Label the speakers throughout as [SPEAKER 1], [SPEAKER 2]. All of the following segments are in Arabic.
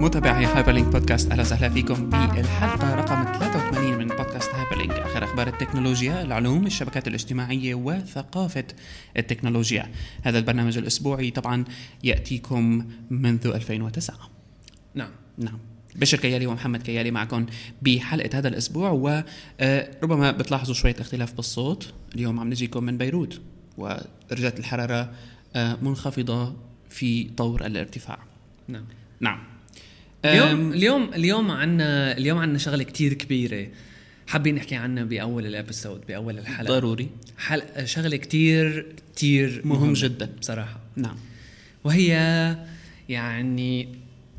[SPEAKER 1] متابعي هايبرلينك بودكاست، أهلا وسهلا فيكم بالحلقة رقم 83 من بودكاست هايبرلينك، آخر أخبار التكنولوجيا، العلوم، الشبكات الاجتماعية وثقافة التكنولوجيا. هذا البرنامج الأسبوعي طبعا يأتيكم منذ 2009. نعم. بشر كيالي ومحمد كيالي معكم بحلقة هذا الأسبوع، وربما بتلاحظوا شوية اختلاف بالصوت. اليوم عم نجيكم من بيروت، ودرجة الحرارة منخفضة في طور الارتفاع. نعم.
[SPEAKER 2] اليوم عنا شغلة كتير كبيرة حابين نحكي عنها بأول الابيسود، بأول الحلقة.
[SPEAKER 1] ضروري.
[SPEAKER 2] شغلة كتير
[SPEAKER 1] مهم جدا
[SPEAKER 2] بصراحة.
[SPEAKER 1] نعم.
[SPEAKER 2] وهي يعني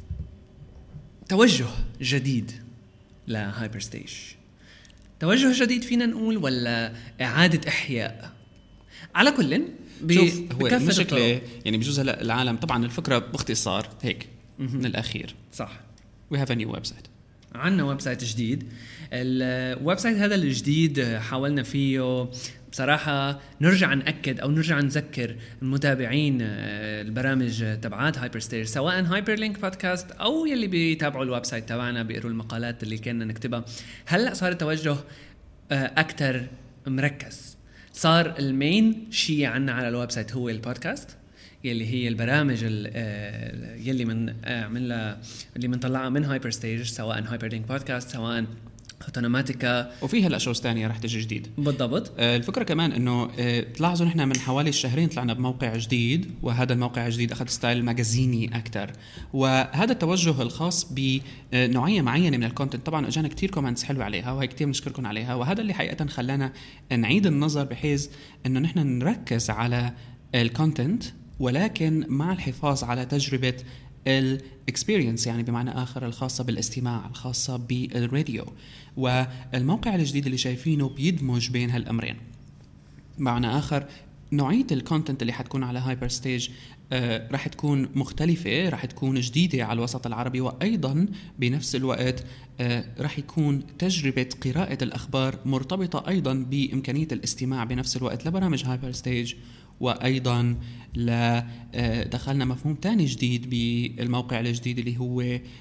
[SPEAKER 2] توجه جديد لهايبر ستيج. توجه جديد فينا نقول، ولا إعادة إحياء؟ على كل
[SPEAKER 1] شوف، هو المشكلة يعني بجوز هلا العالم طبعا الفكرة باختصار هيك من الأخير.
[SPEAKER 2] صح.
[SPEAKER 1] We have a new website.
[SPEAKER 2] عنا ويب سايت جديد. الويب سايت هذا الجديد حاولنا فيه بصراحة نرجع نأكد أو نرجع نذكر المتابعين البرامج تبعات هايبر ستيج، سواء هايبر لينك بودكاست أو يلي بيتابعوا الويب سايت تبعنا بيقروا المقالات اللي كنا نكتبها. هلأ صار التوجه أكتر مركز. صار المين شيء عنا على الويب سايت هو البودكاست، يلي هي البرامج يلي اللي منطلعها من هايبر ستيج، سواء هايبر لينك بودكاست، سواء اوتوماتيكا،
[SPEAKER 1] وفي هلا شوز ثانيه رح تجي جديد.
[SPEAKER 2] بالضبط.
[SPEAKER 1] الفكره كمان انه تلاحظوا نحن من حوالي شهرين طلعنا بموقع جديد، وهذا الموقع الجديد اخذ ستايل ماجازيني اكثر، وهذا التوجه الخاص بنوعيه معينه من الكونتنت. طبعا اجانا كتير كومنتس حلوه عليها، وهي كتير بنشكركم عليها، وهذا اللي حقيقه خلانا نعيد النظر بحيث انه نحن نركز على الكونتنت، ولكن مع الحفاظ على تجربة الاكسبيرينس، يعني بمعنى آخر الخاصة بالاستماع، الخاصة بالراديو. والموقع الجديد اللي شايفينه بيدمج بين هالأمرين. معنى آخر نوعية الكونتنت اللي حتكون على هايبر ستيج راح تكون مختلفة، راح تكون جديدة على الوسط العربي، وأيضا بنفس الوقت راح يكون تجربة قراءة الأخبار مرتبطة أيضا بإمكانية الاستماع بنفس الوقت لبرامج هايبر ستيج. وأيضا دخلنا مفهوم تاني جديد بالموقع الجديد اللي هو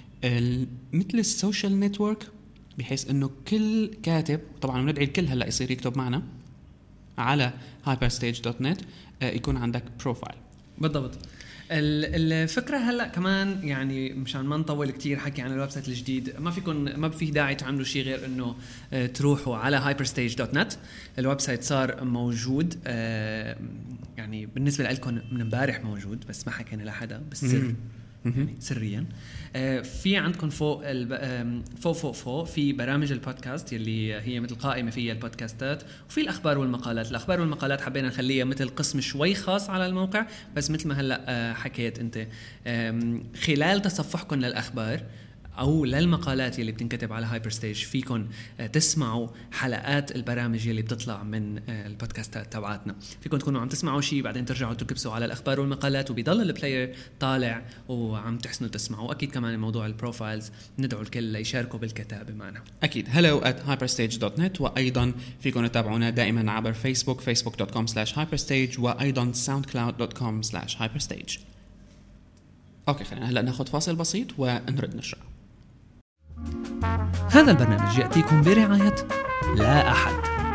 [SPEAKER 1] مثل السوشيال نتورك، بحيث أنه كل كاتب، طبعا ندعي الكل هلأ يصير يكتب معنا على hyperstage.net يكون عندك بروفايل.
[SPEAKER 2] بالضبط. الفكرة هلأ كمان يعني مشان ما نطول كتير حكي عن الويب سايت الجديد، ما في داعي تعملوا شيء غير انه تروحوا على hyperstage.net. الويب سايت صار موجود، يعني بالنسبة لكم من امبارح موجود، بس ما حكينا لحدا بالسر، يعني سريا. في عندكم فوق في برامج البودكاست يلي هي مثل قائمة فيها البودكاستات، وفي الأخبار والمقالات حبينا نخليها مثل قسم شوي خاص على الموقع. بس مثل ما هلأ حكيت أنت، خلال تصفحكم للأخبار أو للمقالات يلي بتنكتب على هايبر ستيج فيكن تسمعوا حلقات البرامج يلي بتطلع من البودكاستات تبعاتنا. فيكن تكونوا عم تسمعوا شيء بعدين ترجعوا تكبسوا على الأخبار والمقالات، وبيضل البلاير طالع وعم تحسنوا تسمعوا. أكيد كمان موضوع البروفايلز ندعو الكل يشاركوا بالكتابة معنا.
[SPEAKER 1] أكيد. hello@hyperstage.net. وأيضا فيكن تتابعونا دائما عبر فيسبوك facebook.com/hyperstage، وأيضا soundcloud.com/hyperstage. أوكي، خلينا هلأ ناخد فاصل بسيط ونرد نرجع.
[SPEAKER 2] هذا البرنامج يأتيكم برعاية لا أحد.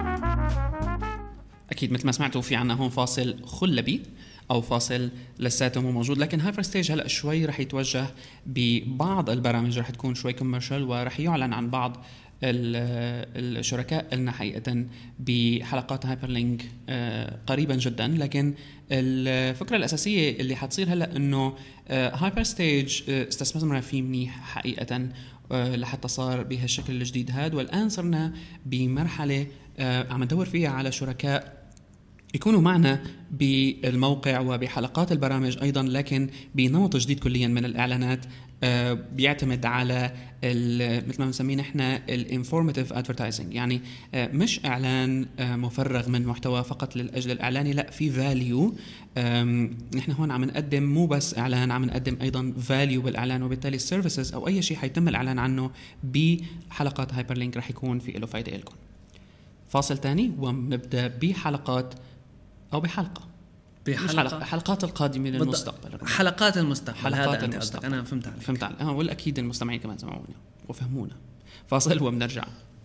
[SPEAKER 1] أكيد مثل ما سمعتوا في عنا هون فاصل خلبي أو فاصل لساته مو موجود، لكن هايبر ستيج هلأ شوي رح يتوجه ببعض البرامج، رح تكون شوي كوميرشال، ورح يعلن عن بعض الشركاء لنا حقيقة بحلقات هايبرلينك قريبا جدا. لكن الفكرة الأساسية اللي حتصير هلأ أنه هايبر ستيج استثمرنا فيه منيح حقيقة لحتى صار بهالشكل الجديد هذا، والآن صرنا بمرحلة عم ندور فيها على شركاء يكونوا معنا بالموقع وبحلقات البرامج أيضا، لكن بنمط جديد كليا من الإعلانات بيعتمد على مثل ما بنسميه نحن الانفورماتيف ادفرتايزنج، يعني مش إعلان مفرغ من محتوى فقط للأجل الإعلاني، لا، في فاليو. نحن هون عم نقدم مو بس إعلان، عم نقدم أيضا فاليو بالإعلان، وبالتالي السيرفيسز أو أي شيء حيتم الإعلان عنه بحلقات هايبرلينك رح يكون في له فايدة لكم. فاصل تاني ونبدأ بحلقات أو بحلقة حلقات القادمة من المستقبل.
[SPEAKER 2] حلقات المستقبل.
[SPEAKER 1] حلقات المستقبل.
[SPEAKER 2] أنا فهمت عليك.
[SPEAKER 1] والأكيد المستمعين كمان سمعونا وفهمونا. فاصل وبنرجع.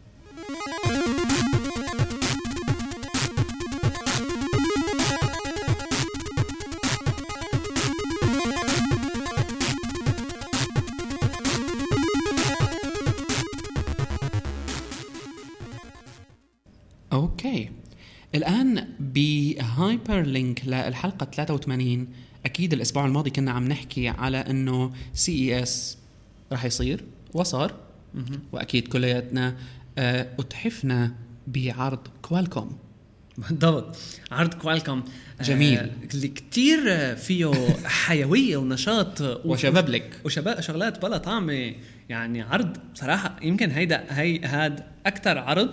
[SPEAKER 1] اوكي، الآن بهايبر لينك للحلقة 83. أكيد الأسبوع الماضي كنا عم نحكي على أنه CES رح يصير وصار، وأكيد كلياتنا أتحفنا بعرض كوالكوم.
[SPEAKER 2] بالضبط، عرض كوالكوم
[SPEAKER 1] جميل
[SPEAKER 2] اللي كتير فيه حيوية ونشاط
[SPEAKER 1] وشبابلك
[SPEAKER 2] شغلات بلا طعمة. يعني عرض صراحة يمكن هاد أكتر عرض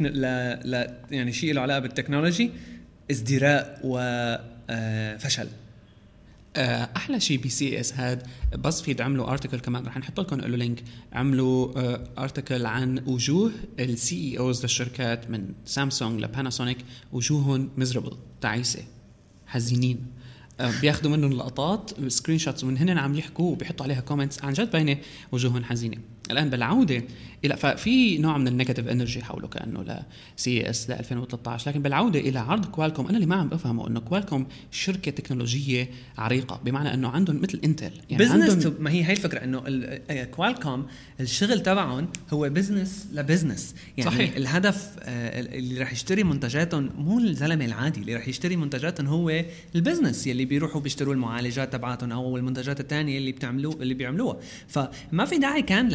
[SPEAKER 2] يعني شيء له علاقة بالتكنولوجي ازدراء وفشل.
[SPEAKER 1] احلى شيء BCS هاد بازفيد عملوا ارتكل كمان، رح نحط لكم له لينك. عملوا ارتكل عن وجوه الCEOs للشركات من سامسونج لباناسونيك، وجوههم ميزربل، تعيسه، حزينين. بياخذوا منهم لقطات سكرين شوتس ومن هنا عم يحكوا وبيحطوا عليها كومنتس، عن جد باينه وجوههم حزينه. الان بالعوده الى ففي نوع من النيجاتيف انرجي حوله كانه ل CES ل 2013، لكن بالعوده الى عرض كوالكوم انا اللي ما عم بفهمه انه كوالكوم شركه تكنولوجيه عريقه، بمعنى انه عندهم مثل انتل
[SPEAKER 2] يعني بزنس. ما هي الفكره انه كوالكوم الشغل تبعهم هو بزنس لبزنس. يعني صحيح. الهدف اللي راح يشتري منتجاتهم مو الزلمه العادي، اللي راح يشتري منتجاتهم هو البزنس يلي بيروحوا بيشتروا المعالجات تبعاتهم او المنتجات الثانيه اللي بيعملوها. فما في داعي كان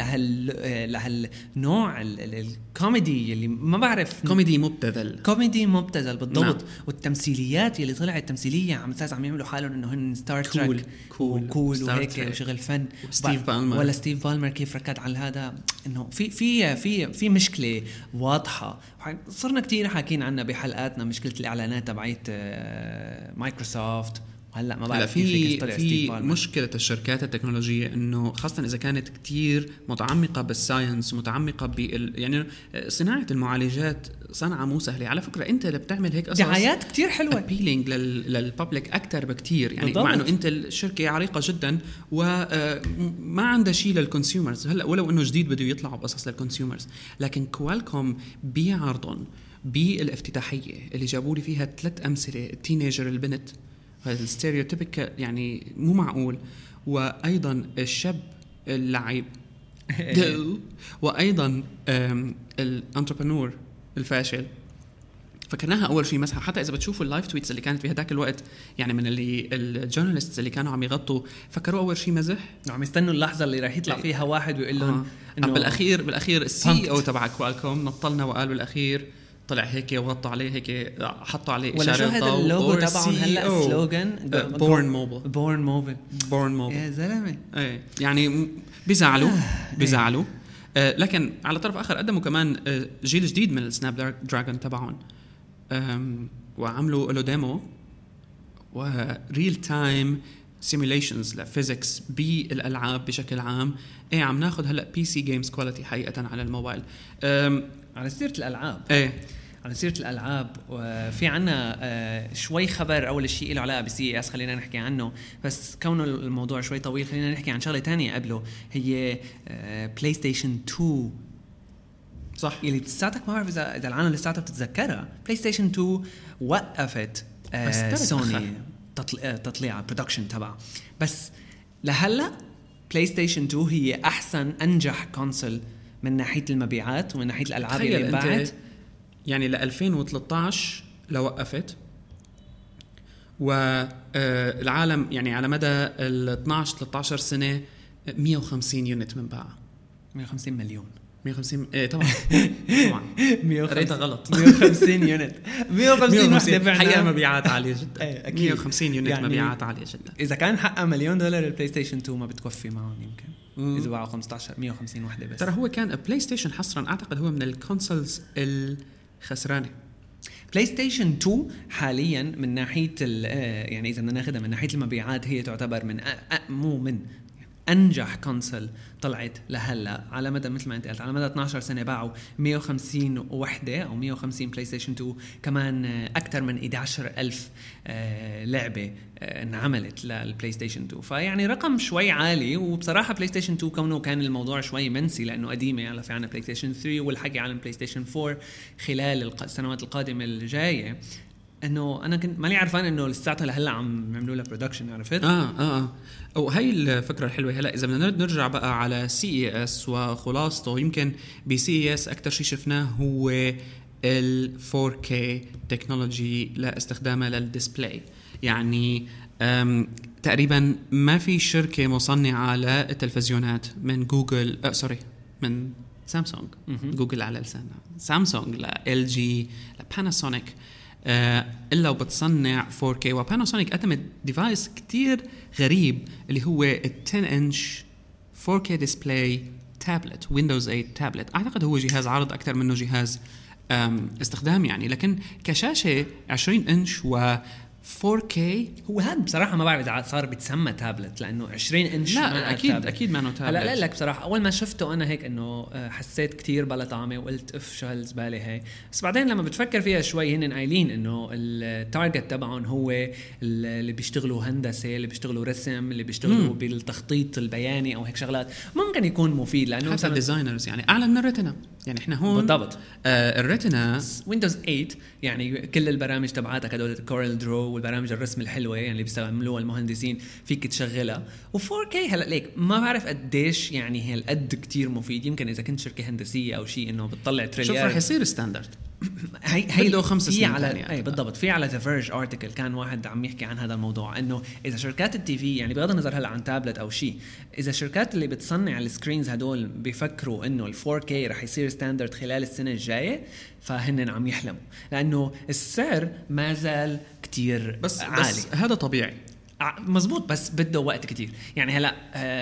[SPEAKER 2] لهالنوع الكوميدي اللي ما بعرف،
[SPEAKER 1] كوميدي مبتذل
[SPEAKER 2] بالضبط. نعم. والتمثيليات اللي طلعت تمثيليه عم يعملوا حالهم انه هن ستار تريك كول وهيك وشغل فن. ولا ستيف بالمر كيف ركض على هذا، انه في مشكله واضحه صرنا كتير حاكين عنها بحلقاتنا، مشكله الاعلانات تبعت مايكروسوفت. هلا ما بعرف
[SPEAKER 1] في مشكله الشركات التكنولوجيه انه خاصه اذا كانت كتير متعمقه بالساينس، متعمقه يعني صناعه المعالجات صنعه مو سهله على فكره. انت اللي بتعمل هيك قصص
[SPEAKER 2] دعايات كتير حلوه
[SPEAKER 1] ابيلينج للببليك اكثر بكتير يعني بالضبط. مع انه انت الشركه عريقه جدا وما عندها شيء للكونسيومرز هلا، ولو انه جديد بده يطلعوا بقصص للكونسيومرز، لكن كوالكوم بيعرضون بالافتتاحيه اللي جابوا لي فيها 3 امثله. التينيجر البنت، هذا الستيريوتيبك يعني مو معقول، وايضا الشاب اللعيب وايضا الانتربرنور الفاشل. فكرناها اول شيء مسحه. حتى اذا بتشوفوا اللايف تويتس اللي كانت في هداك الوقت يعني من اللي الجورناليستس اللي كانوا عم يغطوا، فكروا اول شيء مزح،
[SPEAKER 2] عم يستنوا اللحظه اللي راح يطلع فيها واحد ويقول لهم
[SPEAKER 1] انه بالاخير الCEO تبع كوالكوم نطلنا وقال بالاخير طلع هيك وغطوا عليه هيك، حطوا عليه
[SPEAKER 2] اشاره ولا شو هذا اللوجو تبعهم هلا سلوغان
[SPEAKER 1] بورن موبل
[SPEAKER 2] يا زلمه.
[SPEAKER 1] ايه يعني بيزعلوا لكن على طرف اخر قدموا كمان جيل جديد من السناب دراجون تبعهم، وعملوا له ديمو وريل تايم سيميليشنز لفيزيكس بالالعاب بشكل عام. ايه عم ناخذ هلا PC جيمز كواليتي حقيقه على الموبايل.
[SPEAKER 2] على سيره الالعاب
[SPEAKER 1] على
[SPEAKER 2] سيرة الألعاب، وفي عنا شوي خبر أول شيء له علاقة بCES خلينا نحكي عنه، بس كونه الموضوع شوي طويل خلينا نحكي عن شغلة تانية قبله، هي بلاي ستيشن 2.
[SPEAKER 1] صح،
[SPEAKER 2] اللي بتساعدك ما بعرف إذا العالم اللي ساعتها بتتذكرها. بلاي ستيشن 2 وقفت سوني تطليع برودكشن تبع، بس لهلا بلاي ستيشن 2 هي أحسن أنجح كونسول من ناحية المبيعات ومن ناحية الألعاب اللي انباعت.
[SPEAKER 1] يعني ل 2013 لوقفت، والعالم يعني على مدى ال 12-13 سنة 150 يونت من باع.
[SPEAKER 2] 150 مليون
[SPEAKER 1] 150 طبعا
[SPEAKER 2] 150
[SPEAKER 1] قريتها غلط
[SPEAKER 2] 150 يونت 150 وحده بعنا
[SPEAKER 1] حقيقة مبيعات عالية جدا. 150 يونت يعني مبيعات عالية جدا.
[SPEAKER 2] إذا كان حقها $1,000,000 البلاي ستيشن 2 ما بتكفي معهم يمكن إذا باعوا 15 150 وحده بس.
[SPEAKER 1] ترى هو كان بلاي ستيشن حصرا أعتقد هو من الكونسولز الخسرانة.
[SPEAKER 2] بلاي ستيشن 2 حاليا من ناحية يعني إذا بدنا ناخذها من ناحية المبيعات هي تعتبر من مو من انجح كونسول طلعت لهلا على مدى، مثل ما انت قلت، على مدى 12 سنه باعوا 150 وحده او 150 بلاي ستيشن 2، كمان اكثر من 11,000 لعبه انعملت للبلاي ستيشن 2. فيعني رقم شوي عالي. وبصراحه بلاي ستيشن 2 كونه كان الموضوع شوي منسي لانه قديمه، على في عنا بلاي ستيشن 3 والحكي عن بلاي ستيشن 4 خلال السنوات القادمه الجايه، انه انا كنت مالي عارفان انه لساتها لهلا عم يعملوا لها برودكشن. عرفت؟
[SPEAKER 1] وهي الفكره الحلوه. هلا اذا بدنا نرجع بقى على CES وخلاصته، يمكن بCES اكثر شيء شفناه هو ال 4K تكنولوجي لاستخدامها للديسبلاي. يعني تقريبا ما في شركه مصنعه للتلفزيونات من جوجل من سامسونج، جوجل على لسانها، سامسونج LG لباناسونيك، إلا وبتصنع 4K. وباناسونيك قدمت ديفايس كتير غريب اللي هو 10 إنش 4K ديسبلاي تابلت، ويندوز 8 تابلت. أعتقد هو جهاز عرض أكتر منه جهاز استخدام يعني، لكن كشاشة 20 إنش و 4K.
[SPEAKER 2] هو هذا بصراحه ما بعرف اذا صار بيتسمى تابلت لانه 20 انش.
[SPEAKER 1] لا اكيد ما انه تابلت.
[SPEAKER 2] هلا لك بصراحه اول ما شفته انا هيك انه حسيت كتير بلا طعمه وقلت اف شو هالزباله هي. بس بعدين لما بتفكر فيها شوي هن قايلين انه التارجت تبعهم هو اللي بيشتغلوا هندسه، اللي بيشتغلوا رسم، اللي بيشتغلوا بالتخطيط البياني او هيك شغلات، ممكن يكون مفيد لانه
[SPEAKER 1] حتى ديزاينرز يعني اعلى من الريتنا. يعني احنا هون
[SPEAKER 2] بالضبط
[SPEAKER 1] الريتنا
[SPEAKER 2] ويندوز 8 يعني كل البرامج تبعاتك هدول كورل درو والبرامج الرسم الحلوه يعني اللي بيستعملوها المهندسين فيك تشغلها. و4K هلا ليك ما بعرف قديش يعني هي القد كتير مفيد. يمكن اذا كنت شركه هندسيه او شيء انه بتطلع تريليار.
[SPEAKER 1] شوف رح يصير ستاندرد.
[SPEAKER 2] هي
[SPEAKER 1] له 5 سنين
[SPEAKER 2] على اي بالضبط. في على ذا فيرج ارتكل كان واحد عم يحكي عن هذا الموضوع، انه اذا شركات التي في يعني بغض النظر هلا عن تابلت او شيء، اذا شركات اللي بتصنع السكرينز هدول بيفكروا انه ال4K رح يصير ستاندرد خلال السنه الجايه، فهن عم يحلموا لانه السعر ما زال كتير عالي.
[SPEAKER 1] بس هذا طبيعي
[SPEAKER 2] مزبوط، بس بده وقت كتير. يعني هلا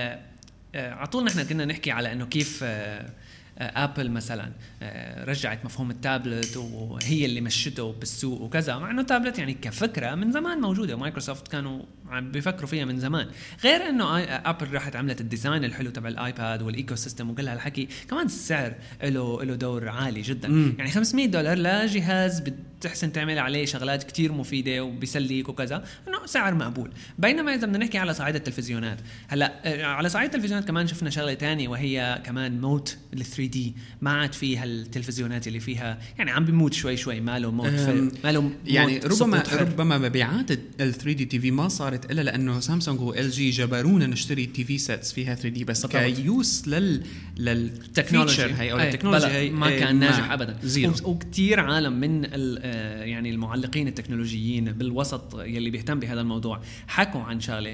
[SPEAKER 2] عطولنا احنا كنا نحكي على انه كيف ابل مثلا رجعت مفهوم التابلت وهي اللي مشته بالسوق وكذا، مع انه تابلت يعني كفكره من زمان موجوده، مايكروسوفت كانوا عم بيفكروا فيها من زمان. غير انه ابل راحت عملت الديزاين الحلو تبع الايباد والايكو سيستم وكل هالحكي، كمان السعر له دور عالي جدا. يعني $500 لجهاز بتحسن تعمل عليه شغلات كتير مفيده وبيسليك وكذا، انه سعر مقبول. بينما اذا بدنا نحكي على صعيد التلفزيونات، هلا على صعيد التلفزيونات كمان شفنا شغله تانية وهي كمان موت ال 3D. ما عاد فيها التلفزيونات اللي فيها يعني عم بيموت شوي ما له موت
[SPEAKER 1] ما يعني ربما مبيعات ال 3D تي في ما صارت الا لانه سامسونج و LG جبرونا نشتري تي في سيتس فيها 3D، بس كيوس للتكنولوجيا هي او التكنولوجيا هي
[SPEAKER 2] ما كان ناجح ابدا.
[SPEAKER 1] زيرو.
[SPEAKER 2] وكتير عالم من يعني المعلقين التكنولوجيين بالوسط يلي بيهتم بهذا الموضوع حكوا عن شغله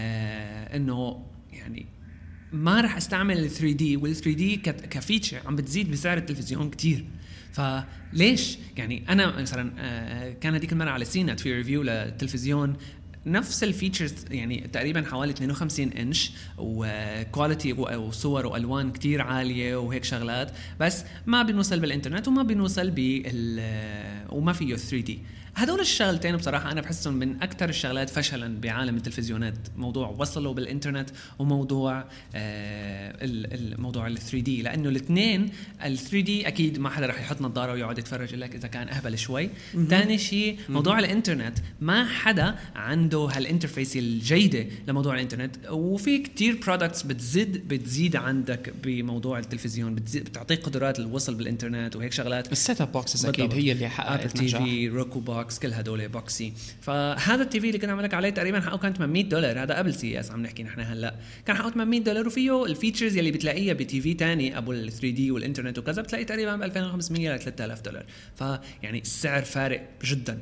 [SPEAKER 2] انه يعني ما رح استعمل ال 3D، وال 3D كفيتشر عم بتزيد بسعر التلفزيون كتير. فليش يعني انا مثلا كان هذيك المره على سينات في ريفيو للتلفزيون نفس الفيتشرز يعني تقريبا حوالي 52 انش وكواليتي وصور والوان كتير عاليه وهيك شغلات، بس ما بنوصل بالانترنت وما بنوصل وما فيه 3D. هذول الشغلتين بصراحة أنا بحسهم من أكثر الشغلات فشلاً بعالم التلفزيونات، موضوع وصلوا بالإنترنت وموضوع الموضوع ال 3D، لأنه الاثنين ال 3D أكيد ما حدا رح يحط نظارة ويقعد يتفرج لك إذا كان أهبل شوي. تاني شيء موضوع الإنترنت ما حدا عنده هالإنترفيس الجيدة لموضوع الإنترنت، وفي كتير برودكتس بتزيد عندك بموضوع التلفزيون، بتعطيك قدرات الوصل بالإنترنت وهيك شغلات.
[SPEAKER 1] السيت اب بوكسز أكيد هي اللي حققت نجاح.
[SPEAKER 2] روكو بوكس كل هدول بوكسي. فهذا التي في اللي كنا عملك عليه تقريبا حقه كان $800. هذا قبل CES عم نحكي نحن هلا، كان حقه $800 وفيه الفيتشرز يلي بتلاقيها بتي في تاني ابو ال 3D والانترنت وكذا بتلاقي تقريبا ب $2500 ل $3000. فيعني السعر فارق جدا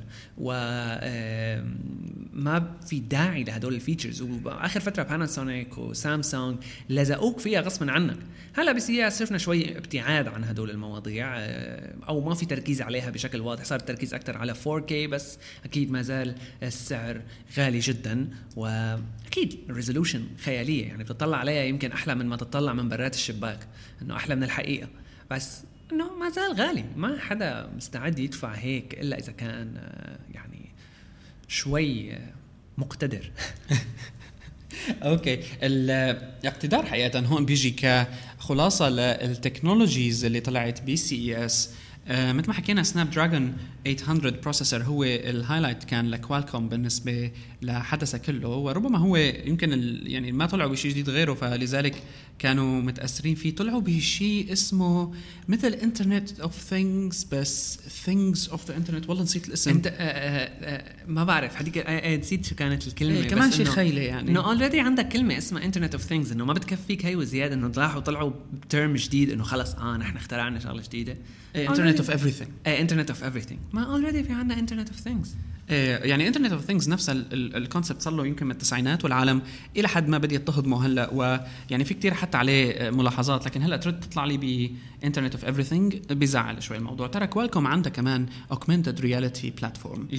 [SPEAKER 2] وما في داعي لهدول الفيتشرز. واخر فتره باناسونيك وسامسونج لزقوك فيها غصبا عنك. هلا بسياس شفنا شوي ابتعاد عن هدول المواضيع او ما في تركيز عليها بشكل واضح، صار التركيز اكثر على 4K، بس اكيد ما زال السعر غالي جدا، واكيد الريزولوشن خياليه يعني بتطلع عليها يمكن احلى من ما تطلع من برات الشباك، انه احلى من الحقيقه، بس انه ما زال غالي. ما حدا مستعد يدفع هيك الا اذا كان يعني شوي مقتدر.
[SPEAKER 1] اوكي، الاقتدار حقيقة هون بيجي كخلاصة للتكنولوجيز اللي طلعت بي سي اس. مثل ما حكينا سناب دراجون 800 بروسيسور هو الهايلايت كان لكوالكوم بالنسبة لحدثه كله، وربما هو يمكن يعني ما طلعوا بشيء جديد غيره، فلذلك كانوا متأثرين فيه. طلعوا بشيء اسمه مثل انترنت اوف ثينجز، بس ثينجز اوف ذا انترنت، والله نسيت الاسم.
[SPEAKER 2] انت ما بعرف هذيك نسيت شو كانت الكلمه.
[SPEAKER 1] كمان شيء خيله يعني
[SPEAKER 2] انه اولريدي عندك كلمه اسمها انترنت اوف ثينجز، انه ما بتكفيك هي وزياده، انه طلعوا بترم جديد انه خلص نحن اخترعنا شغله جديده.
[SPEAKER 1] انترنت اوف ايفريثينج.
[SPEAKER 2] انترنت اوف ايفريثينج، ما اولريدي في عندنا انترنت اوف ثينجز.
[SPEAKER 1] يعني انترنت اوف ثينجز نفس الكونسبت صار له يمكن من التسعينات، والعالم الى حد ما بديت تهضمه هلا، ويعني في كتير حتى عليه ملاحظات، لكن هلا ترد تطلع لي بانترنت اوف ايفريثينج بيزعل شوي الموضوع. ترى كوالكوم عندها كمان اوجمنتد رياليتي بلاتفورم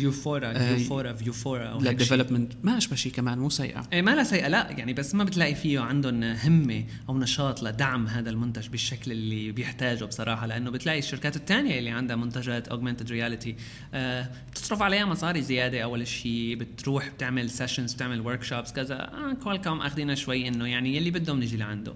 [SPEAKER 2] يوفورا
[SPEAKER 1] للديفلوبمنت، ما اشبه شيء كمان، مو سيئه.
[SPEAKER 2] ما لا سيئه، لا يعني، بس ما بتلاقي فيه عندهم همه او نشاط لدعم هذا المنتج بالشكل اللي بيحتاجه بصراحه، لانه بتلاقي الشركات الثانيه اللي عندها منتجات اوجمنتد رياليتي بتصرف عليها مصاري زياده. اول شيء بتروح بتعمل سيشنز، بتعمل ورك شوبس كذا. كوالكوم اخذينا شوي انه يعني يلي بدهم نجي لعنده.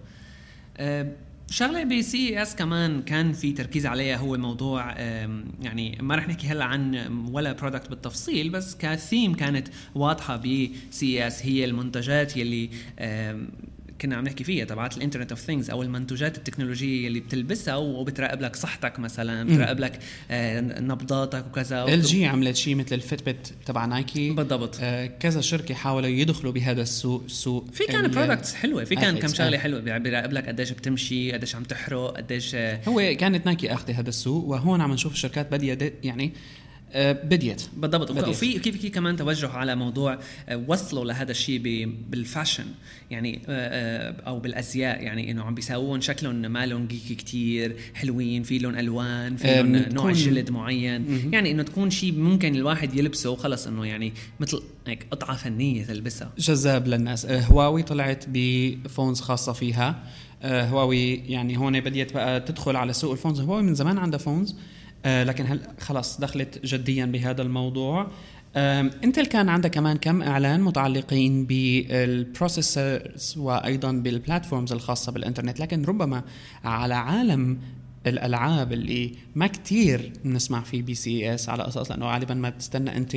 [SPEAKER 2] شغله بي سي اس كمان كان في تركيز عليها، هو موضوع يعني ما رح نحكي هلا عن ولا برودكت بالتفصيل، بس كثيم كانت واضحه بي سي اس، هي المنتجات يلي كنا عم نحكي فيها تبعت الانترنت اوف ثينجز، او المنتوجات التكنولوجيه اللي بتلبسها وبتراقب لك صحتك مثلا، بتراقب لك نبضاتك وكذا.
[SPEAKER 1] ال جي عملت شيء مثل الفيتبت تبع نايكي
[SPEAKER 2] بالضبط.
[SPEAKER 1] كذا شركه حاولوا يدخلوا بهذا السوق.
[SPEAKER 2] في كان برودكتس حلوه، في كان كم شغله حلوه، بيراقب لك قديش بتمشي، قديش عم تحرق، قديش.
[SPEAKER 1] هو كانت نايكي اخذ هذا السوق، وهون عم نشوف الشركات بديت يعني بديت
[SPEAKER 2] بالضبط. وفي كيف كمان توجه على موضوع وصلوا لهذا الشيء بالفاشن يعني، او بالازياء يعني، انه عم بيساوون شكلهم مالهم جيكي كتير حلوين، في لون الوان، في لون نوع جلد معين، يعني انه تكون شيء ممكن الواحد يلبسه وخلص، انه يعني مثل هيك قطعه فنيه تلبسها،
[SPEAKER 1] جذاب للناس. هواوي طلعت بفونز خاصه فيها. هواوي يعني هون بديت بقى تدخل على سوق الفونز. هواوي من زمان عندها فونز، لكن هل خلاص دخلت جديا بهذا الموضوع. انتل كان عندها كمان كم اعلان متعلقين بالبروسيسورز وايضا بالبلاتفورمز الخاصه بالانترنت، لكن ربما على عالم الالعاب اللي ما كتير بنسمع فيه بي سي اس على اساس لانه غالبا ما بتستنى انت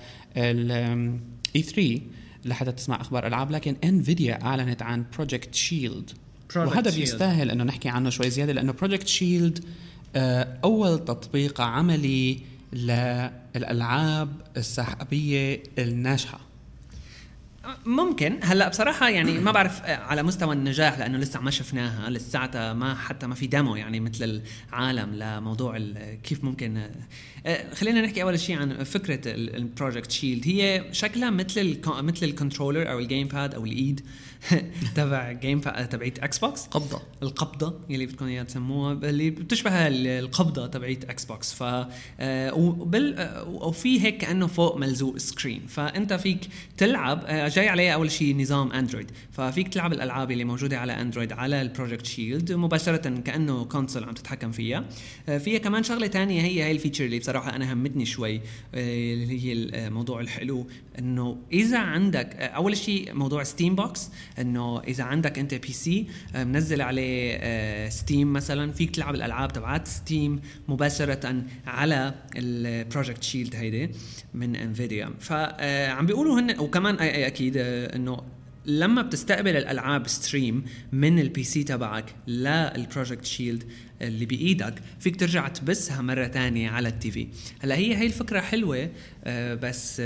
[SPEAKER 1] لل E3 لحتى تسمع اخبار العاب. لكن انفيديا اعلنت عن بروجكت شيلد، وهذا بيستاهل انه نحكي عنه شوي زياده، لانه بروجكت شيلد أول تطبيق عملي للألعاب السحابية الناجحة.
[SPEAKER 2] ممكن هلا بصراحه يعني ما بعرف على مستوى النجاح، لانه لسه ما شفناها لساعتها، ما حتى ما في ديمو يعني مثل العالم لموضوع كيف ممكن. خلينا نحكي اول شيء عن فكره البروجكت شيلد. هي شكلها مثل الكنترولر او الجيم باد او الايد تبع جيم تبعيت اكس بوكس، القبضه يلي بدكم اياها تسموها، اللي بتشبه القبضه تبعيت اكس بوكس. وفي هيك كانه فوق ملزوق سكرين، فانت فيك تلعب. جاي عليه اول شيء نظام اندرويد، ففيك تلعب الالعاب اللي موجوده على اندرويد على البروجكت شيلد مباشره كانه كونسول عم تتحكم فيها. فيها كمان شغله تانية، هي الفيتشر اللي بصراحه انا همتني شوي، اللي هي الموضوع الحلو، انه اذا عندك اول شيء موضوع ستيم بوكس، انه اذا عندك انت بي سي منزل عليه ستيم مثلا، فيك تلعب الالعاب تبعات ستيم مباشره على البروجكت شيلد هيدي من انفيديا. فعم بيقولوا هن، وكمان اكيد انه لما بتستقبل الالعاب ستريم من البي سي تبعك للبروجكت شيلد اللي بايدك، فيك ترجع تبثها مره تانية على التي في. هلا هي الفكره حلوه، بس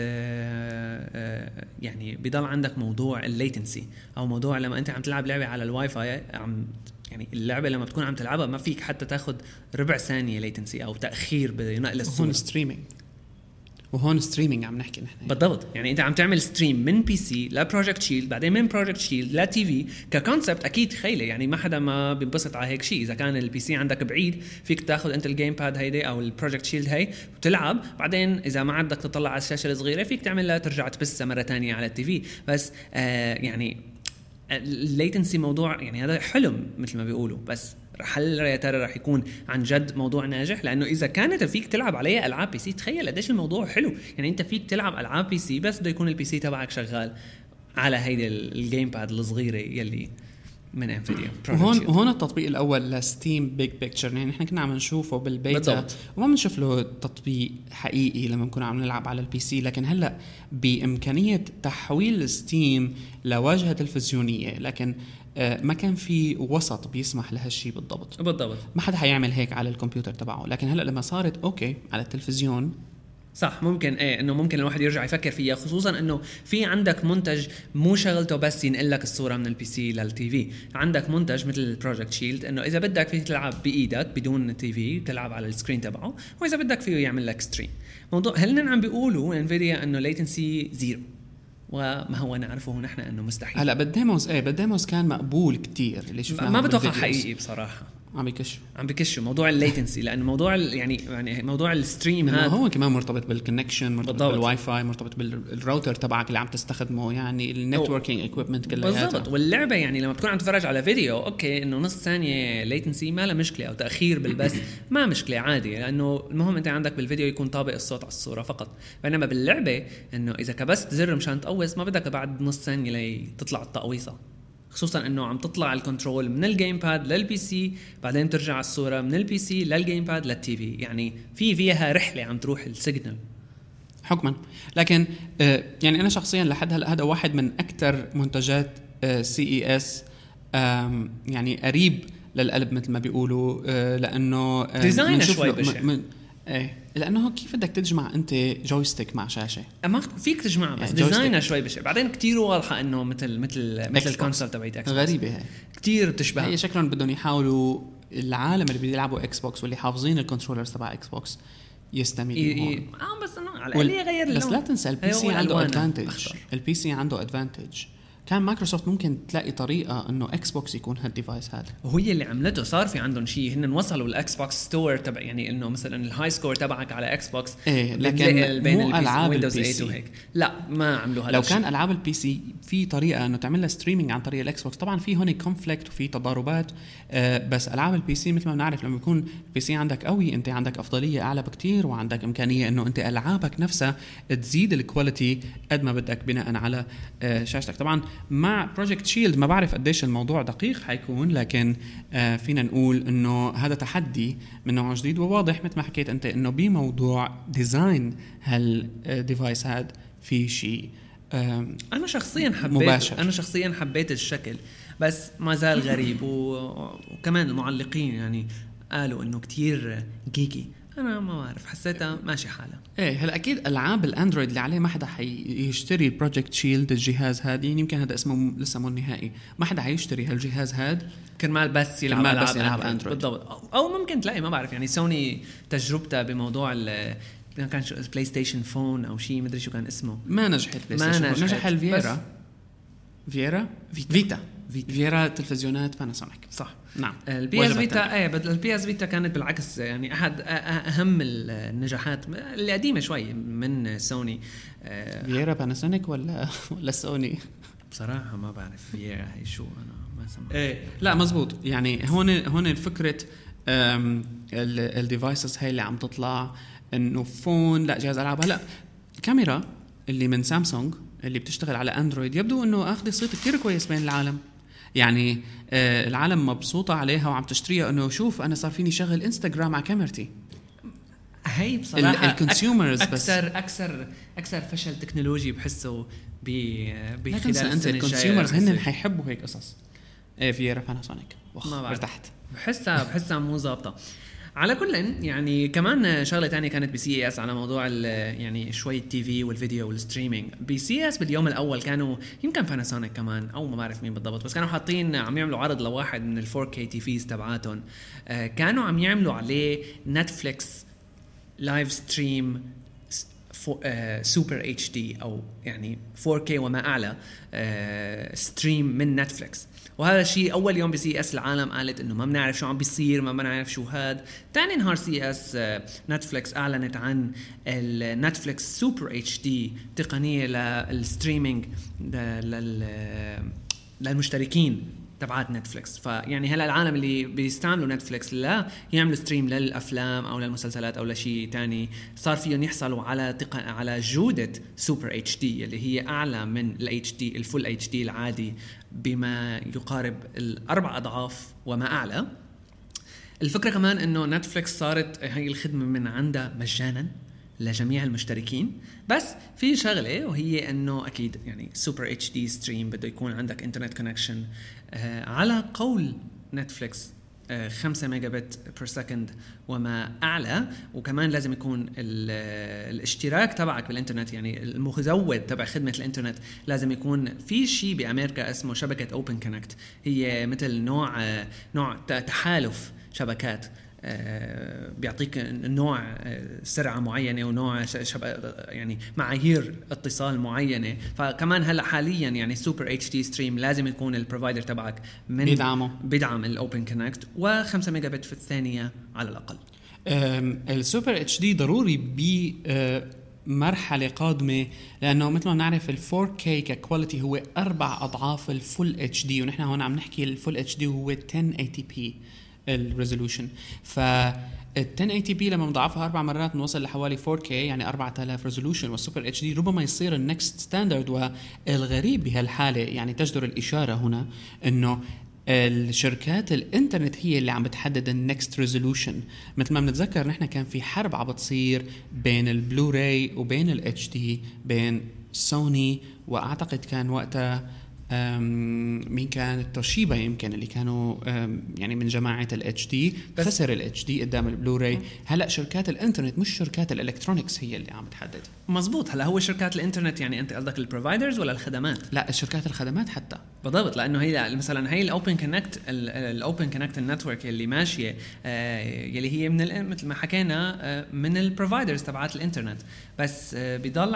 [SPEAKER 2] يعني بيضل عندك موضوع الليتنسي، او موضوع لما انت عم تلعب لعبه على الواي فاي، يعني اللعبه لما تكون عم تلعبها ما فيك حتى تاخذ ربع ثانيه ليتنسي او تاخير بنقل الصوره.
[SPEAKER 1] وهون ستريمينج عم نحكي نحن
[SPEAKER 2] بالضبط. يعني انت عم تعمل ستريم من بي سي لبروجكت شيلد، بعدين من بروجكت شيلد لا تي في. ككونسبت اكيد خيله، يعني ما حدا ما بينبسط على هيك شيء. اذا كان البي سي عندك بعيد، فيك تاخذ انت الجيم باد هيدي او البروجكت شيلد هي وتلعب، بعدين اذا ما عندك تطلع على الشاشه الصغيره فيك تعملها ترجع تبثها مره تانية على التي في. بس يعني الليتنسي موضوع يعني هذا حلم مثل ما بيقولوا، بس هل يا ترى رح يكون عن جد موضوع ناجح؟ لانه اذا كانت فيك تلعب عليها العاب بي سي، تخيل قديش الموضوع حلو. يعني انت فيك تلعب العاب بي سي بس بده يكون البي سي تبعك شغال، على هيدي الجيم باد الصغيره يلي من انفيديا.
[SPEAKER 1] وهون التطبيق الاول لستيم بيج بيكتشر، يعني احنا كنا عم نشوفه بالبيتا
[SPEAKER 2] بالضبط.
[SPEAKER 1] وما بنشوف له تطبيق حقيقي لما نكون عم نلعب على البي سي، لكن هلا بامكانيه تحويل ستيم لواجهه تلفزيونيه، لكن ما كان في وسط بيسمح لهالشيء بالضبط. ما حدا حيعمل هيك على الكمبيوتر تبعه، لكن هلا لما صارت اوكي على التلفزيون
[SPEAKER 2] صح، ممكن انه ممكن الواحد يرجع يفكر فيها، خصوصا انه في عندك منتج مو شغلته بس ينقل لك الصوره من البي سي للتي في. عندك منتج مثل البروجكت شيلد انه اذا بدك فيك تلعب بايدك بدون تي في، تلعب على السكرين تبعه، واذا بدك فيه يعمل لك ستريم. موضوع هل عم بيقولوا انفيديا انه ليتنسي زيرو، وما هو نعرفه نحن انه مستحيل.
[SPEAKER 1] هلا بالديموز كان مقبول كتير اللي شفناه،
[SPEAKER 2] ما بتوقع حقيقي بصراحه.
[SPEAKER 1] عم بكشوا
[SPEAKER 2] موضوع الليتنسي، لأن موضوع يعني موضوع الستريم هذا
[SPEAKER 1] هو كمان مرتبط بالكونكشن، مرتبط
[SPEAKER 2] بالضبط.
[SPEAKER 1] بالواي فاي، مرتبط بالراوتر تبعك اللي عم تستخدمه، يعني النتوركينج ايكويبمنت كلها
[SPEAKER 2] بالضبط. واللعبه يعني لما بتكون عم تتفرج على فيديو اوكي انه نص ثانيه ليتنسي ما له مشكله، او تاخير بالبث ما مشكله عادي، لانه المهم انت عندك بالفيديو يكون طابق الصوت على الصوره فقط. بينما باللعبه انه اذا كبست زر مشان تقوس ما بدك بعد نص ثانيه لتطلع التقويصه، خصوصا انه عم تطلع الكنترول من الجيم باد للبي سي، بعدين ترجع الصوره من البي سي للجيم باد للتي في، يعني فيها رحله عم تروح السيجنال
[SPEAKER 1] حكما. لكن يعني انا شخصيا لحد هلا هذا واحد من اكثر منتجات سي اي اس يعني قريب للقلب مثل ما بيقولوا، لانه
[SPEAKER 2] ديزاين شوي بشع.
[SPEAKER 1] لانه كيف بدك تجمع انت جويستيك مع شاشه؟
[SPEAKER 2] ما فيك تجمعها، بس
[SPEAKER 1] يعني
[SPEAKER 2] ديزاينها شوي بشع. بعدين كتير واضحه انه مثل الكونسول تبعت اكس بوكس،
[SPEAKER 1] غريبه هي
[SPEAKER 2] كتير بتشبه.
[SPEAKER 1] هي شكلهم بدهم يحاولوا العالم اللي بيلعبوا اكس بوكس واللي حافظين الكنترولرز تبع اكس بوكس يستميلوا
[SPEAKER 2] بس انه على الاقل يغير اللون.
[SPEAKER 1] بس لا تنسى البي سي عنده ادفانتج، البي سي عنده ادفانتج. كان مايكروسوفت ممكن تلاقي طريقه انه اكس بوكس يكون هالديفايس هذا،
[SPEAKER 2] وهي اللي عملته. صار في عندهم شيء، هن وصلوا الاكس بوكس ستور تبع، يعني انه مثلا الهاي سكور تبعك على اكس بوكس
[SPEAKER 1] لكن مو العاب البي سي
[SPEAKER 2] وهيك. لا ما عملوا هذا.
[SPEAKER 1] لو كان العاب البي سي في طريقه انه تعمل لها ستريمينج عن طريق الاكس بوكس، طبعا في هون كونفليكت وفي تضاربات، بس العاب البي سي مثل ما بنعرف لما يكون البي سي عندك قوي انت عندك افضليه اعلى بكتير، وعندك امكانيه انه انت العابك نفسها تزيد الكواليتي قد ما بدك بناء على شاشتك. طبعا مع بروجكت شيلد ما بعرف قديش الموضوع دقيق حيكون، لكن فينا نقول انه هذا تحدي من نوع جديد، وواضح مثل ما حكيت انت انه بموضوع ديزاين هالديفايس هذا في شيء
[SPEAKER 2] انا شخصيا حبيت الشكل، بس ما زال غريب. وكمان المعلقين يعني قالوا انه كتير جيكي. انا ما بعرف، حسيتها ماشي حالها.
[SPEAKER 1] هلا اكيد العاب الاندرويد اللي عليه ما حدا حيشتري البروجكت شيلد الجهاز هذا، يعني يمكن هذا اسمه لسه مو نهائي، ما حدا حيشتري هالجهاز هذا
[SPEAKER 2] كرمال بس يلعب أندرويد. بالضبط. او ممكن تلاقي ما بعرف، يعني سوني تجربتها بموضوع كان بلاي ستيشن فون او شيء مدري شو كان اسمه،
[SPEAKER 1] ما نجحت بلاي ستيشن، نجح فيرا تلفزيونات باناسونيك.
[SPEAKER 2] صح.
[SPEAKER 1] نعم.
[SPEAKER 2] البي اس فيتا البي اس فيتا كانت بالعكس يعني احد اهم النجاحات اللي قديمه شوي من سوني.
[SPEAKER 1] فيرا باناسونيك ولا سوني؟
[SPEAKER 2] بصراحه ما بعرف فيرا هي شو، انا ما سمعت.
[SPEAKER 1] لا مزبوط. يعني هون الفكره الديفايسز هاي اللي عم تطلع انه فون لا جهاز العاب. هلا الكاميرا اللي من سامسونج اللي بتشتغل على اندرويد يبدو انه اخذ صيت كتير كويس بين العالم، يعني العالم مبسوطه عليها وعم تشتريها، انه شوف انا صار فيني شغل انستغرام على كاميرتي.
[SPEAKER 2] هي بصراحه
[SPEAKER 1] الكونسيومرز
[SPEAKER 2] اكثر فشل تكنولوجي بحسه
[SPEAKER 1] بخلال السنه الكونسيومرز هن حيحبوا هيك قصص. فيرا باناسونيك ارتحت،
[SPEAKER 2] بحسها مو ظابطه. على كل يعني كمان شغله تانية كانت بسي اس على موضوع يعني شوي التي في والفيديو والستريمينج. بسي اس باليوم الاول كانوا يمكن باناسونيك كمان او ما بعرف مين بالضبط، بس كانوا حاطين عم يعملوا عرض لواحد من ال4K تي فيز تبعاتهم، كانوا عم يعملوا عليه نتفليكس لايف ستريم سوبر اتش دي او يعني 4K وما اعلى ستريم من نتفليكس. وهذا الشيء اول يوم بسي اس العالم قالت انه ما بنعرف شو عم بيصير، ما بنعرف شو هاد. ثاني نهار سي اس نتفليكس اعلنت عن النتفليكس سوبر اتش دي، تقنيه للستريمينج للمشتركين تبعات نتفليكس. فيعني هلا العالم اللي بيستعملوا نتفليكس لا يعملوا ستريم للافلام او للمسلسلات او لشيء تاني، صار فيهم يحصلوا على جودة سوبر اتش دي اللي هي اعلى من الاتش دي الفول اتش دي العادي بما يقارب 4 أضعاف وما اعلى. الفكرة كمان انه نتفليكس صارت هاي الخدمة من عندها مجانا لجميع المشتركين، بس في شغله وهي انه اكيد يعني سوبر اتش دي ستريم بده يكون عندك انترنت كونكشن على قول نتفليكس 5 ميجا بت بير سكند وما اعلى، وكمان لازم يكون الاشتراك تبعك بالانترنت يعني المزود تبع خدمه الانترنت لازم يكون في شيء بامريكا اسمه شبكه اوبن كونكت، هي مثل نوع تحالف شبكات بيعطيك نوع سرعة معينة ونوع يعني معايير اتصال معينة. فكمان هلا حاليا يعني سوبر اتش دي ستريم لازم يكون البروفايدر تبعك من بيدعم الاوبن كونكت و5 ميجا بت في الثانية على الأقل.
[SPEAKER 1] السوبر اتش دي ضروري مرحلة قادمة، لأنه مثل ما نعرف ال 4K ككواليتي هو 4 أضعاف الفول اتش دي، ونحن هون عم نحكي الفول اتش دي هو 1080p الريزولوشن. فال 1080p لما نضاعفها 4 مرات نوصل لحوالي 4K يعني 4000 ريزولوشن، والسوبر اتش دي ربما يصير النكست ستاندرد. والغريب بهالحالة يعني تجدر الإشارة هنا إنه الشركات الانترنت هي اللي عم بتحدد النكست ريزولوشن. مثل ما بنتذكر نحن كان في حرب عم بتصير بين البلوراي وبين الاتش دي بين سوني، واعتقد كان وقتها مين كان توشيبا يمكن اللي كانوا يعني من جماعة الاتش دي، خسر الاتش دي قدام البلوراي. هلا شركات الانترنت مش شركات الالكترونيكس هي اللي عم بتحدد.
[SPEAKER 2] مزبوط. هلا هو شركات الانترنت يعني انت قصدك البروفايدرز ولا الخدمات؟
[SPEAKER 1] لا شركات الخدمات حتى
[SPEAKER 2] بالضبط، لانه هي مثلا هي الاوبن كونكت النتورك اللي ماشيه يلي هي من مثل ما حكينا من البروفايدرز تبعات الانترنت. بس بيضل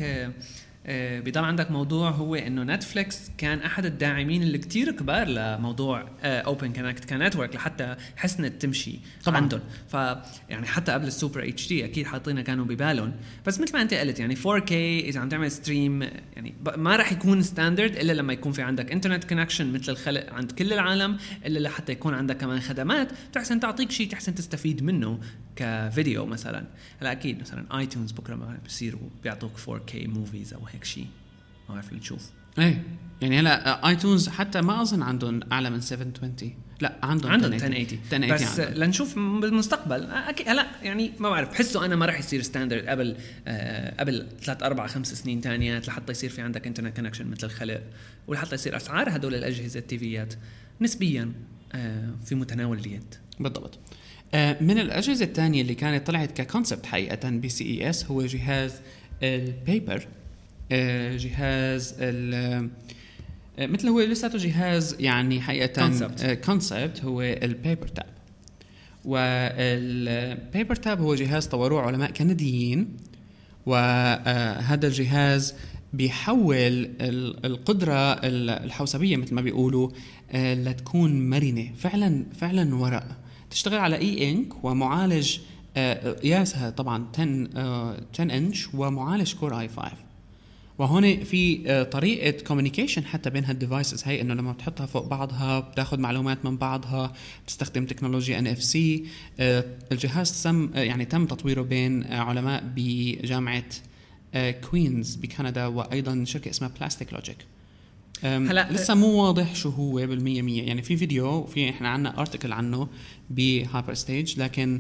[SPEAKER 2] عندك موضوع هو انه نتفليكس كان احد الداعمين اللي كتير كبار لموضوع اوبن كونكت كنتورك لحتى حسنت تمشي طبعا عندهم. فيعني حتى قبل السوبر اتش دي اكيد حاطينها كانوا ببالهم. بس مثل ما انت قلت يعني 4K اذا عم تعمل ستريم يعني ما راح يكون ستاندرد الا لما يكون في عندك انترنت كونكشن مثل الخلق عند كل العالم، الا لحتى يكون عندك كمان خدمات تحسن تعطيك شيء تحسن تستفيد منه كفيديو مثلا. هلا اكيد مثلا ايتونز بكره ما بيصيروا بيعطوك 4K موفيز او هيك شيء، ما بعرف اللي تشوف
[SPEAKER 1] ايه يعني. هلا ايتونز حتى ما اظن عندهم اعلى من 720، لا عندهم
[SPEAKER 2] 1080 بس عندهم. لنشوف بالمستقبل اكيد. هلا يعني ما بعرف، بحسه انا ما راح يصير ستاندرد قبل 3 4 5 سنين ثانيات لحتى يصير في عندك انترنت كونكشن مثل الخلق، ولحتى يصير اسعار هدول الاجهزه التيفيات نسبيا في متناول اليد.
[SPEAKER 1] بالضبط. من الأجهزة الثانية اللي كانت طلعت ككونسبت حقيقة BCES هو جهاز البيبر. جهاز مثل هو لساته جهاز يعني حقيقة كونسبت هو البيبر تاب. والبيبر تاب هو جهاز طوروه علماء كنديين، وهذا الجهاز بيحول القدرة الحوسبية مثل ما بيقولوا لتكون مرنة فعلا ورق تشتغل على اي انك ومعالج قياسها طبعا 10 انش ومعالج كور اي 5. وهون في طريقه كوميونيكيشن حتى بين هالديفايسز هي، انه لما بتحطها فوق بعضها بتاخذ معلومات من بعضها، بتستخدم تكنولوجيا NFC. الجهاز يعني تم تطويره بين علماء بجامعه كوينز بكندا، وايضا شركه اسمها بلاستيك لوجيك. هلا لسه مو واضح شو هو بالمية مية، يعني في فيديو في احنا عنا ارتكل عنه بهايبر ستيج، لكن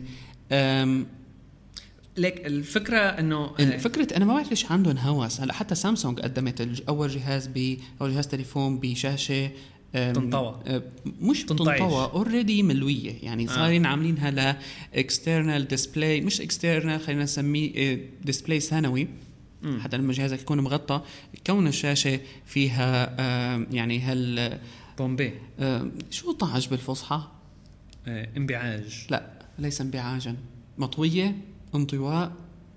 [SPEAKER 2] لك الفكرة انه
[SPEAKER 1] الفكرة انا ما بعرف ليش عندهم هوس. هلا حتى سامسونج قدمت اول جهاز تليفون بشاشة
[SPEAKER 2] تنطوى،
[SPEAKER 1] مش تنطوى اوريدي ملوية، يعني صارين عاملينها ل external display، مش external خلينا نسميه display ثانوي، حتى لما جهازك يكون مغطى كون الشاشة فيها يعني هال
[SPEAKER 2] بومبي
[SPEAKER 1] شو طعج بالفصحى
[SPEAKER 2] انبعاج،
[SPEAKER 1] لا ليس انبعاجا، مطوية، انطواء،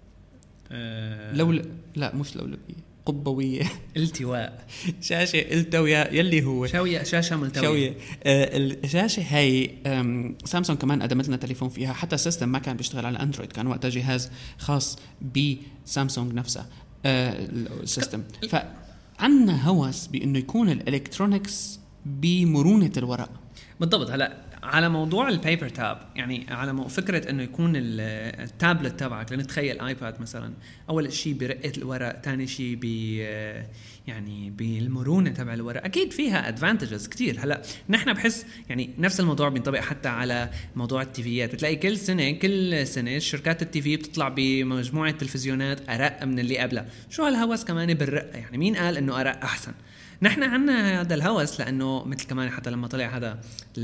[SPEAKER 1] لا مش لولبية، قبوية،
[SPEAKER 2] التواء،
[SPEAKER 1] شاشة التوية يلي هو
[SPEAKER 2] شاشة ملتوية.
[SPEAKER 1] الشاشة هاي سامسونج كمان قدمت لنا تليفون فيها، حتى السيستم ما كان بيشتغل على اندرويد، كان وقتها جهاز خاص بسامسونج نفسها السيستم. فعنا هوس بأنه يكون الالكترونيكس بمرونة الورق.
[SPEAKER 2] بالضبط. هلا على موضوع البيبر تاب، يعني على فكرة انه يكون التابلت تبعك، لنتخيل ايباد مثلا، اول شيء برقة الورق، ثاني شيء يعني بالمرونة تبع الورق، اكيد فيها ادفانتجز كتير. هلا نحن بحس يعني نفس الموضوع بينطبق حتى على موضوع التيفيات. بتلاقي كل سنة شركات التيفي بتطلع بمجموعة تلفزيونات ارق من اللي قبلها. شو هالهوس كمان بالرقة؟ يعني مين قال انه ارق احسن؟ نحن عنا هذا الهوس لانه مثل كمان حتى لما طلع هذا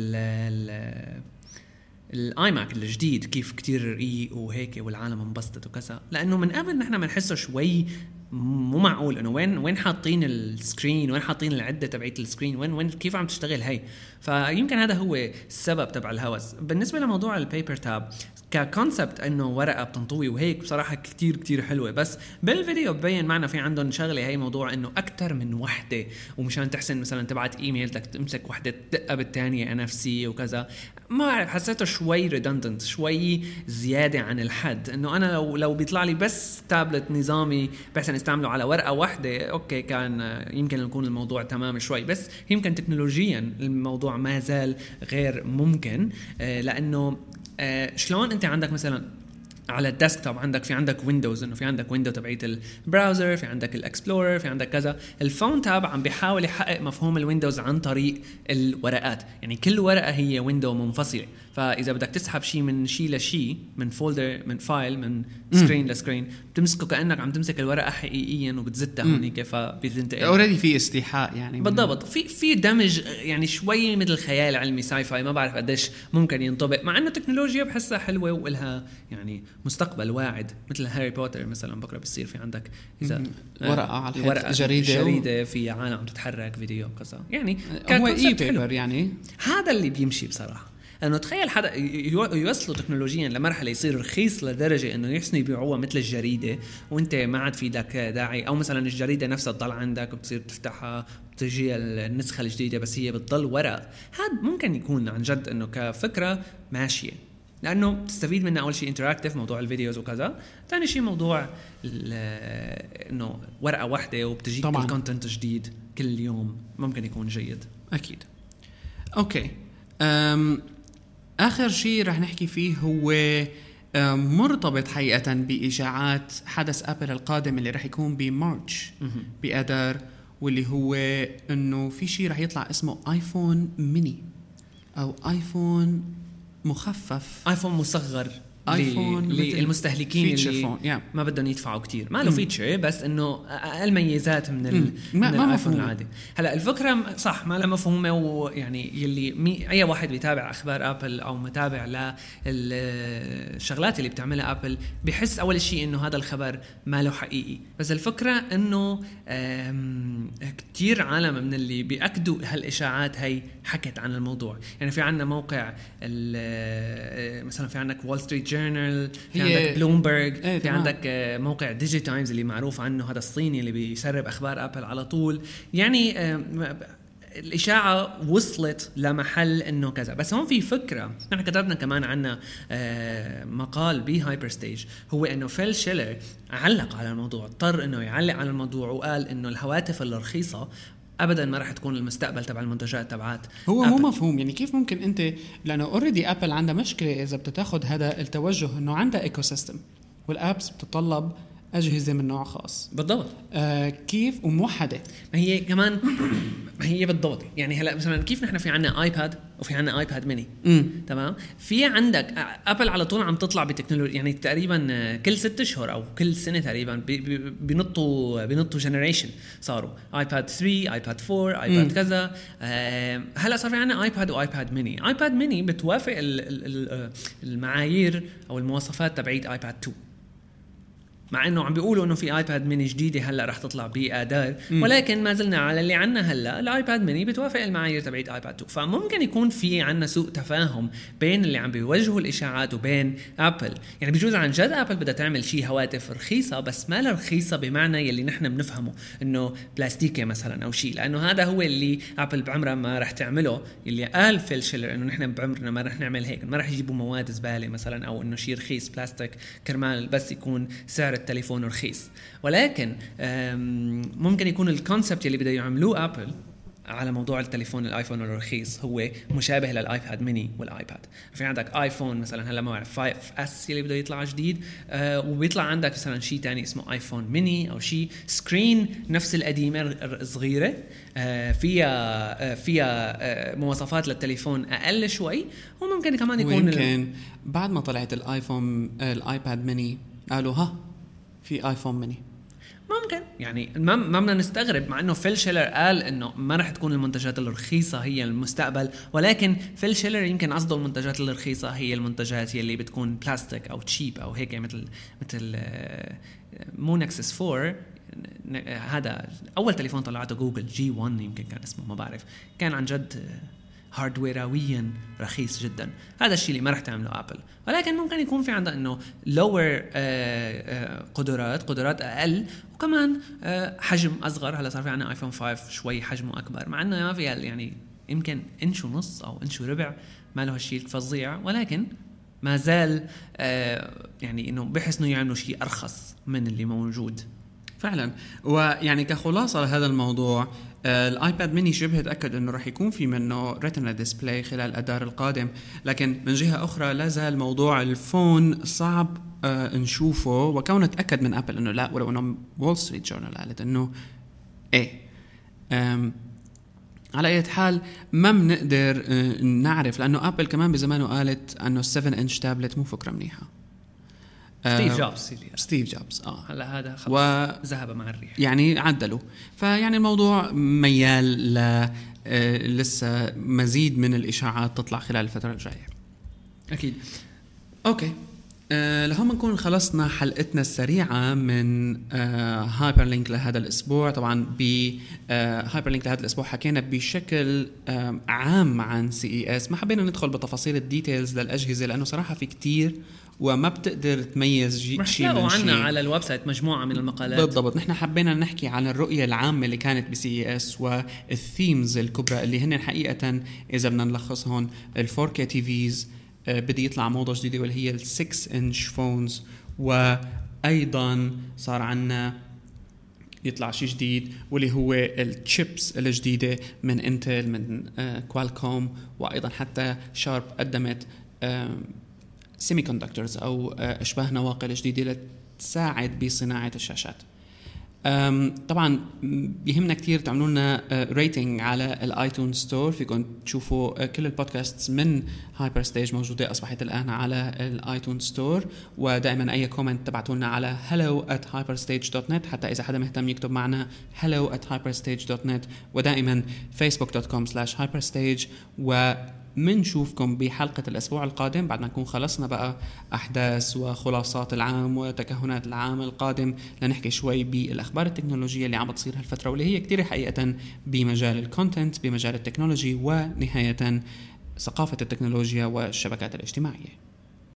[SPEAKER 2] الاي ماك الجديد كيف كتير رقيق وهيك والعالم انبسطت وكذا، لانه من قبل نحن بنحسه شوي مو معقول انه وين حاطين السكرين، وين حاطين العده تبعت السكرين، وين كيف عم تشتغل هي. فيمكن هذا هو السبب تبع الهوس. بالنسبه لموضوع البيبر تاب ككونسبت انه ورقه بتنطوي وهيك، بصراحه كتير حلوه، بس بالفيديو ببين معنا في عندهم شغله، هي موضوع انه اكثر من وحده، ومشان تحسن مثلا تبعت ايميل بدك تمسك وحده تدقها بالثانيه NFC وكذا. ما بعرف، حسيته شوي ريدندنت، شوي زياده عن الحد. انه انا لو بيطلع لي بس تابلت نظامي بحسن استعمله على ورقه واحده، اوكي كان يمكن يكون الموضوع تمام شوي، بس يمكن تكنولوجيا الموضوع ما زال غير ممكن. لانه شلون انت عندك مثلا على الديسكتوب عندك ويندوز، انه في عندك ويندو تبعيت البراوزر، في عندك الاكسبلورر، في عندك كذا. الفون تاب عم بيحاول يحقق مفهوم الويندوز عن طريق الورقات، يعني كل ورقه هي ويندو منفصله. فاذا بدك تسحب شيء من شيء لشيء، من فولدر، من فايل، من سكرين لسكرين، بتمسكه كانك عم تمسك الورقه حقيقيا وبتزتها هونيك، فبتنتقل
[SPEAKER 1] اوريدي في استيحاء يعني.
[SPEAKER 2] بالضبط. في دمج يعني شوي مثل خيال علمي، ساي فاي، ما بعرف قديش ممكن ينطبق، مع انه التكنولوجيا بحسها حلوه والها يعني مستقبل واعد. مثل هاري بوتر مثلا، بكره بيصير في عندك اذا
[SPEAKER 1] ورقه على الحيط، جريده
[SPEAKER 2] في عالم عم تتحرك، فيديو كذا، يعني
[SPEAKER 1] هو اي بيبر. يعني
[SPEAKER 2] هذا اللي بيمشي بصراحه. انه تخيل حدا يوصلوا تكنولوجيا لمرحله يصير رخيص لدرجه انه يحسنوا يبيعوها مثل الجريده، وانت ما عاد في لك داعي، او مثلا الجريده نفسها تضل عندك وبتصير تفتحها بتجي النسخه الجديده، بس هي بتضل ورق. هذا ممكن يكون عن جد انه كفكره ماشيه، لانه تستفيد منها. اول شيء انتراكتيف، موضوع الفيديوز وكذا. ثاني شيء موضوع انه ورقه واحده وبتجيك الكونتنت جديد كل يوم، ممكن يكون جيد
[SPEAKER 1] اكيد. اوكي، آخر شيء رح نحكي فيه هو مرتبط حقيقة بإشاعات حدث أبل القادم اللي رح يكون بمارش بأدار، واللي هو إنه في شيء رح يطلع اسمه آيفون ميني أو آيفون مخفف،
[SPEAKER 2] آيفون مصغر،
[SPEAKER 1] ايفون
[SPEAKER 2] للمستهلكين اللي ما بدهم يدفعوا كتير. ما له فيتشر، بس انه اقل ميزات من الايفون العادي. هلا الفكره صح ما لها مفهومه، ويعني يلي اي واحد بيتابع اخبار ابل او متابع للشغلات اللي بتعملها ابل بيحس اول شيء انه هذا الخبر ما له حقيقي. بس الفكره انه كتير عالم من اللي بيأكدوا هالاشاعات هي حكت عن الموضوع. يعني في عندنا موقع مثلا في عندك وول ستريت جورنال، في عندك بلومبرج، في عندك موقع ديجي تايمز اللي معروف عنه هذا الصيني اللي بيسرب اخبار ابل على طول. يعني الاشاعه وصلت لمحل انه كذا. بس هون في فكره، نحن كتبنا كمان عنا مقال بهايبر ستيج، هو انه فيل شيلر علق على الموضوع، اضطر انه يعلق على الموضوع، وقال انه الهواتف الرخيصه ابدا ما راح تكون المستقبل تبع المنتجات تبعات.
[SPEAKER 1] هو مو مفهوم. يعني كيف ممكن انت، لانه اوريدي ابل عندها مشكله اذا بتاخذ هذا التوجه انه عندها ايكو سيستم والابس بتتطلب اجهزه من نوع خاص.
[SPEAKER 2] بالضبط.
[SPEAKER 1] كيف وموحده.
[SPEAKER 2] ما هي كمان ما هي بالضبط. يعني هلا مثلا كيف نحن في عنا ايباد وفي عنا ايباد ميني، تمام. في عندك ابل على طول عم تطلع بتكنولوجيا، يعني تقريبا كل 6 أشهر او كل سنه تقريبا بينطوا جنريشن. صاروا ايباد 3، ايباد 4، ايباد كذا. هلا صار في عنا ايباد وايباد ميني. ايباد ميني بتوافق المعايير او المواصفات تبعيت ايباد 2، مع انه عم بيقولوا انه في ايباد ميني جديده هلا رح تطلع بآدار، ولكن ما زلنا على اللي عنا هلا. الايباد ميني بتوافق المعايير تبعت ايباد 2. فممكن يكون في عنا سوء تفاهم بين اللي عم بيوجهوا الاشاعات وبين ابل. يعني بجوز عن جد ابل بدها تعمل شيء هواتف رخيصه، بس ما لها رخيصه بمعنى يلي نحن بنفهمه انه بلاستيكي مثلا او شيء، لانه هذا هو اللي ابل بعمرها ما رح تعمله. اللي قال فيل شيلر انه نحن بعمرنا ما رح نعمل هيك، ما رح يجيبوا مواد زباله مثلا، او انه شيء رخيص بلاستيك كرمال بس يكون سعر التليفون رخيص. ولكن ممكن يكون الكونسبت اللي بده يعملوه ابل على موضوع التليفون الايفون الرخيص هو مشابه للايباد ميني والايباد. في عندك ايفون مثلا هلا ما بعرف 5 اس اللي بده يطلع جديد، وبيطلع عندك مثلا شيء تاني اسمه ايفون ميني او شيء سكرين نفس القديمه صغيره، فيها مواصفات للتليفون اقل شوي، وممكن كمان يكون
[SPEAKER 1] ويمكن بعد ما طلعت الايباد ميني قالوا ها في ايفون ميني.
[SPEAKER 2] ممكن يعني ما بدنا نستغرب، مع انه فيل شيلر قال انه ما رح تكون المنتجات الرخيصه هي المستقبل، ولكن فيل شيلر يمكن قصده المنتجات الرخيصه هي المنتجات يلي بتكون بلاستيك او تشيب او هيك، مثل مو نكسس 4. هذا اول تليفون طلعته جوجل جي 1 يمكن كان اسمه، ما بعرف، كان عن جد هاردويراويا رخيص جدا. هذا الشيء اللي ما رح تعمله ابل، ولكن ممكن يكون في عندها انه لور قدرات اقل، وكمان حجم اصغر. هلا صار في عندنا ايفون 5 شوي حجمه اكبر، مع انه ما في يعني يمكن انش ونص او انش وربع، ما له هالشيء الفظيع، ولكن ما زال يعني انه بحسنوا يعملوا شيء ارخص من اللي موجود
[SPEAKER 1] فعلا. ويعني كخلاصة لهذا الموضوع، الايباد ميني شبه تأكد انه رح يكون في منه ريتنا ديسبلاي خلال الادار القادم، لكن من جهة اخرى لا زال موضوع الفون صعب نشوفه، وكونه تأكد من ابل انه لا، ولو انه وول ستريت جورنال قالت انه ايه. على اي حال ما بنقدر نعرف، لانه ابل كمان بزمانه قالت انه 7 انش تابلت مو فكرة منيحة. ستيف جوبز
[SPEAKER 2] هلا هذا خلص ذهب مع الريح،
[SPEAKER 1] يعني عدلوا. فيعني الموضوع ميال لسه مزيد من الإشاعات تطلع خلال الفترة الجاية
[SPEAKER 2] أكيد.
[SPEAKER 1] أوكي، لهم نكون خلصنا حلقتنا السريعة من هايبر لينك لهذا الأسبوع. طبعا بهايبر لينك لهذا الأسبوع حكينا بشكل عام عن CES، ما حبينا ندخل بتفاصيل الديتيلز للأجهزة لأنه صراحة في كتير وما بتقدر تميز شيء من شيء.
[SPEAKER 2] عنا على الويب سايت مجموعة من المقالات.
[SPEAKER 1] بالضبط، نحن حبينا نحكي عن الرؤية العامة اللي كانت بCES والثيمز الكبرى اللي هن حقيقة إذا بدنا نلخصهم ال 4K TVs، بدي يطلع موضة جديدة واللي هي ال 6 inch phones، وأيضا صار عنا يطلع شيء جديد واللي هو الشيبس الجديدة من انتل، من كوالكوم، وأيضا حتى شارب قدمت سيمي كوندكتورز أو أشباه نواقل جديدة لتساعد بصناعة الشاشات. طبعا بيهمنا كتير تعملوا لنا ريتنج على الايتون ستور. فيكم تشوفوا كل البودكاست من هايبر ستيج موجودة أصبحت الآن على الايتون ستور، ودائما أي كومنت تبعتوا لنا على hello@hyperstage.net، حتى إذا حدا مهتم يكتب معنا hello@hyperstage.net، ودائما facebook.com/hyperstage. ومنشوفكم بحلقة الأسبوع القادم بعد ما نكون خلصنا بقى أحداث وخلاصات العام وتكهنات العام القادم، لنحكي شوي بالأخبار التكنولوجية اللي عم بتصير هالفترة، واللي هي كتير حقيقة بمجال الكونتنت، بمجال التكنولوجي، ونهاية ثقافة التكنولوجيا والشبكات الاجتماعية.